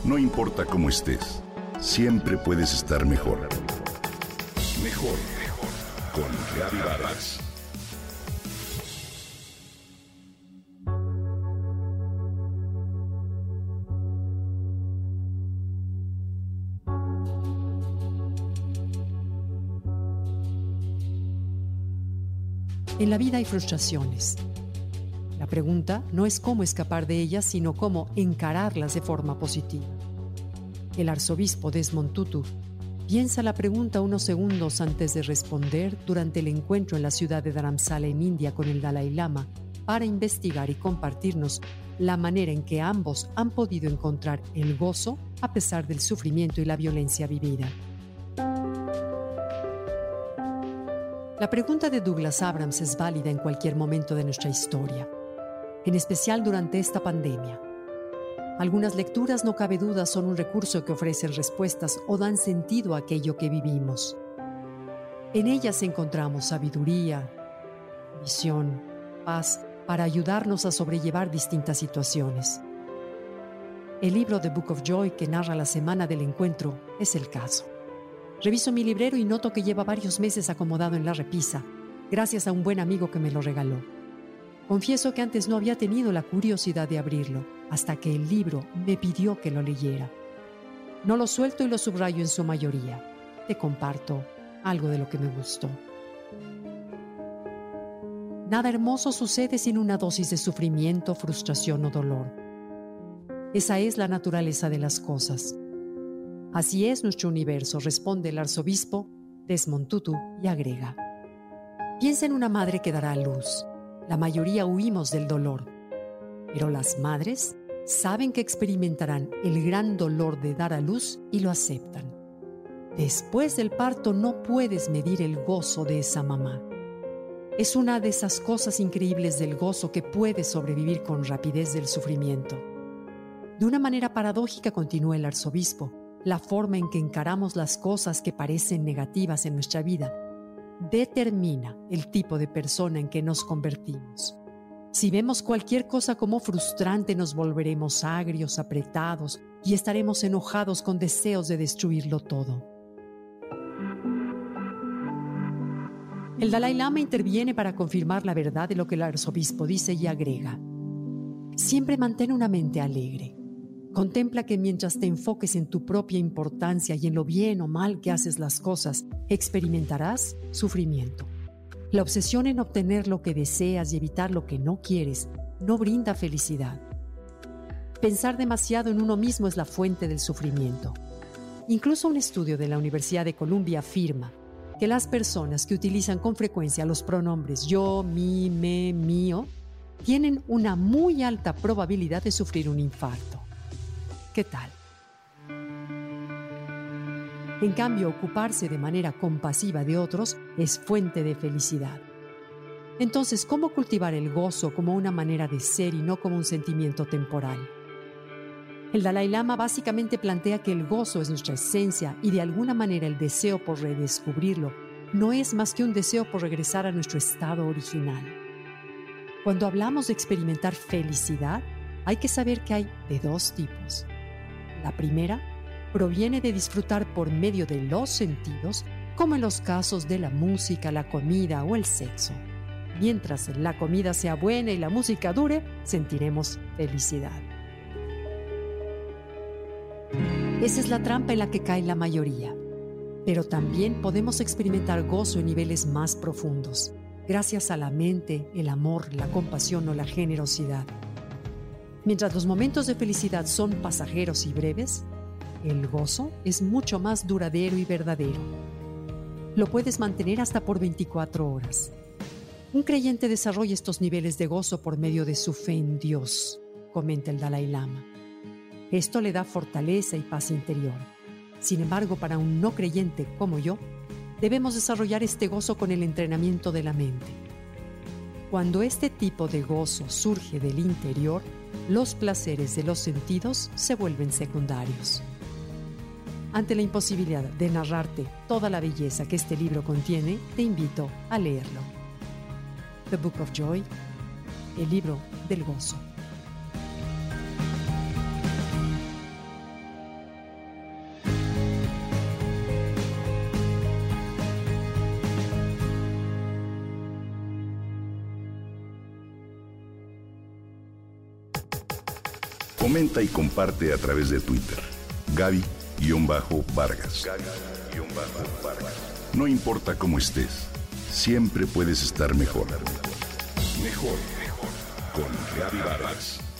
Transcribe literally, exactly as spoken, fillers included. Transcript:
No importa cómo estés, siempre puedes estar mejor. Mejor, mejor. Con Gaby Vargas. En la vida hay frustraciones. La pregunta no es cómo escapar de ellas, sino cómo encararlas de forma positiva. El arzobispo Desmond Tutu piensa la pregunta unos segundos antes de responder durante el encuentro en la ciudad de Dharamsala en India con el Dalai Lama para investigar y compartirnos la manera en que ambos han podido encontrar el gozo a pesar del sufrimiento y la violencia vivida. La pregunta de Douglas Abrams es válida en cualquier momento de nuestra historia, en especial durante esta pandemia. Algunas lecturas, no cabe duda, son un recurso que ofrecen respuestas o dan sentido a aquello que vivimos. En ellas encontramos sabiduría, visión, paz, para ayudarnos a sobrellevar distintas situaciones. El libro The Book of Joy, que narra la semana del encuentro, es el caso. Reviso mi librero y noto que lleva varios meses acomodado en la repisa, gracias a un buen amigo que me lo regaló. Confieso que antes no había tenido la curiosidad de abrirlo, hasta que el libro me pidió que lo leyera. No lo suelto y lo subrayo en su mayoría. Te comparto algo de lo que me gustó. Nada hermoso sucede sin una dosis de sufrimiento, frustración o dolor. Esa es la naturaleza de las cosas. Así es nuestro universo, responde el arzobispo Desmond Tutu y agrega: piensa en una madre que dará a luz. La mayoría huimos del dolor, pero las madres saben que experimentarán el gran dolor de dar a luz y lo aceptan. Después del parto no puedes medir el gozo de esa mamá. Es una de esas cosas increíbles del gozo que puede sobrevivir con rapidez del sufrimiento. De una manera paradójica, continúa el arzobispo, la forma en que encaramos las cosas que parecen negativas en nuestra vida determina el tipo de persona en que nos convertimos. Si vemos cualquier cosa como frustrante, nos volveremos agrios, apretados y estaremos enojados con deseos de destruirlo todo. El Dalai Lama interviene para confirmar la verdad de lo que el arzobispo dice y agrega: siempre mantén una mente alegre. Contempla que mientras te enfoques en tu propia importancia y en lo bien o mal que haces las cosas, experimentarás sufrimiento. La obsesión en obtener lo que deseas y evitar lo que no quieres no brinda felicidad. Pensar demasiado en uno mismo es la fuente del sufrimiento. Incluso un estudio de la Universidad de Columbia afirma que las personas que utilizan con frecuencia los pronombres yo, mi, me, mío, tienen una muy alta probabilidad de sufrir un infarto. ¿Qué tal? En cambio, ocuparse de manera compasiva de otros es fuente de felicidad. Entonces, ¿cómo cultivar el gozo como una manera de ser y no como un sentimiento temporal? El Dalai Lama básicamente plantea que el gozo es nuestra esencia y de alguna manera el deseo por redescubrirlo no es más que un deseo por regresar a nuestro estado original. Cuando hablamos de experimentar felicidad, hay que saber que hay de dos tipos. La primera proviene de disfrutar por medio de los sentidos, como en los casos de la música, la comida o el sexo. Mientras la comida sea buena y la música dure, sentiremos felicidad. Esa es la trampa en la que cae la mayoría. Pero también podemos experimentar gozo en niveles más profundos, gracias a la mente, el amor, la compasión o la generosidad. Mientras los momentos de felicidad son pasajeros y breves, el gozo es mucho más duradero y verdadero. Lo puedes mantener hasta por veinticuatro horas. Un creyente desarrolla estos niveles de gozo por medio de su fe en Dios, comenta el Dalai Lama. Esto le da fortaleza y paz interior. Sin embargo, para un no creyente como yo, debemos desarrollar este gozo con el entrenamiento de la mente. Cuando este tipo de gozo surge del interior, los placeres de los sentidos se vuelven secundarios. Ante la imposibilidad de narrarte toda la belleza que este libro contiene, te invito a leerlo. The Book of Joy, el libro del gozo. Comenta y comparte a través de Twitter. Gaby-Vargas. Gaby-Vargas. No importa cómo estés, siempre puedes estar mejor. Mejor, mejor. Con Gaby Vargas.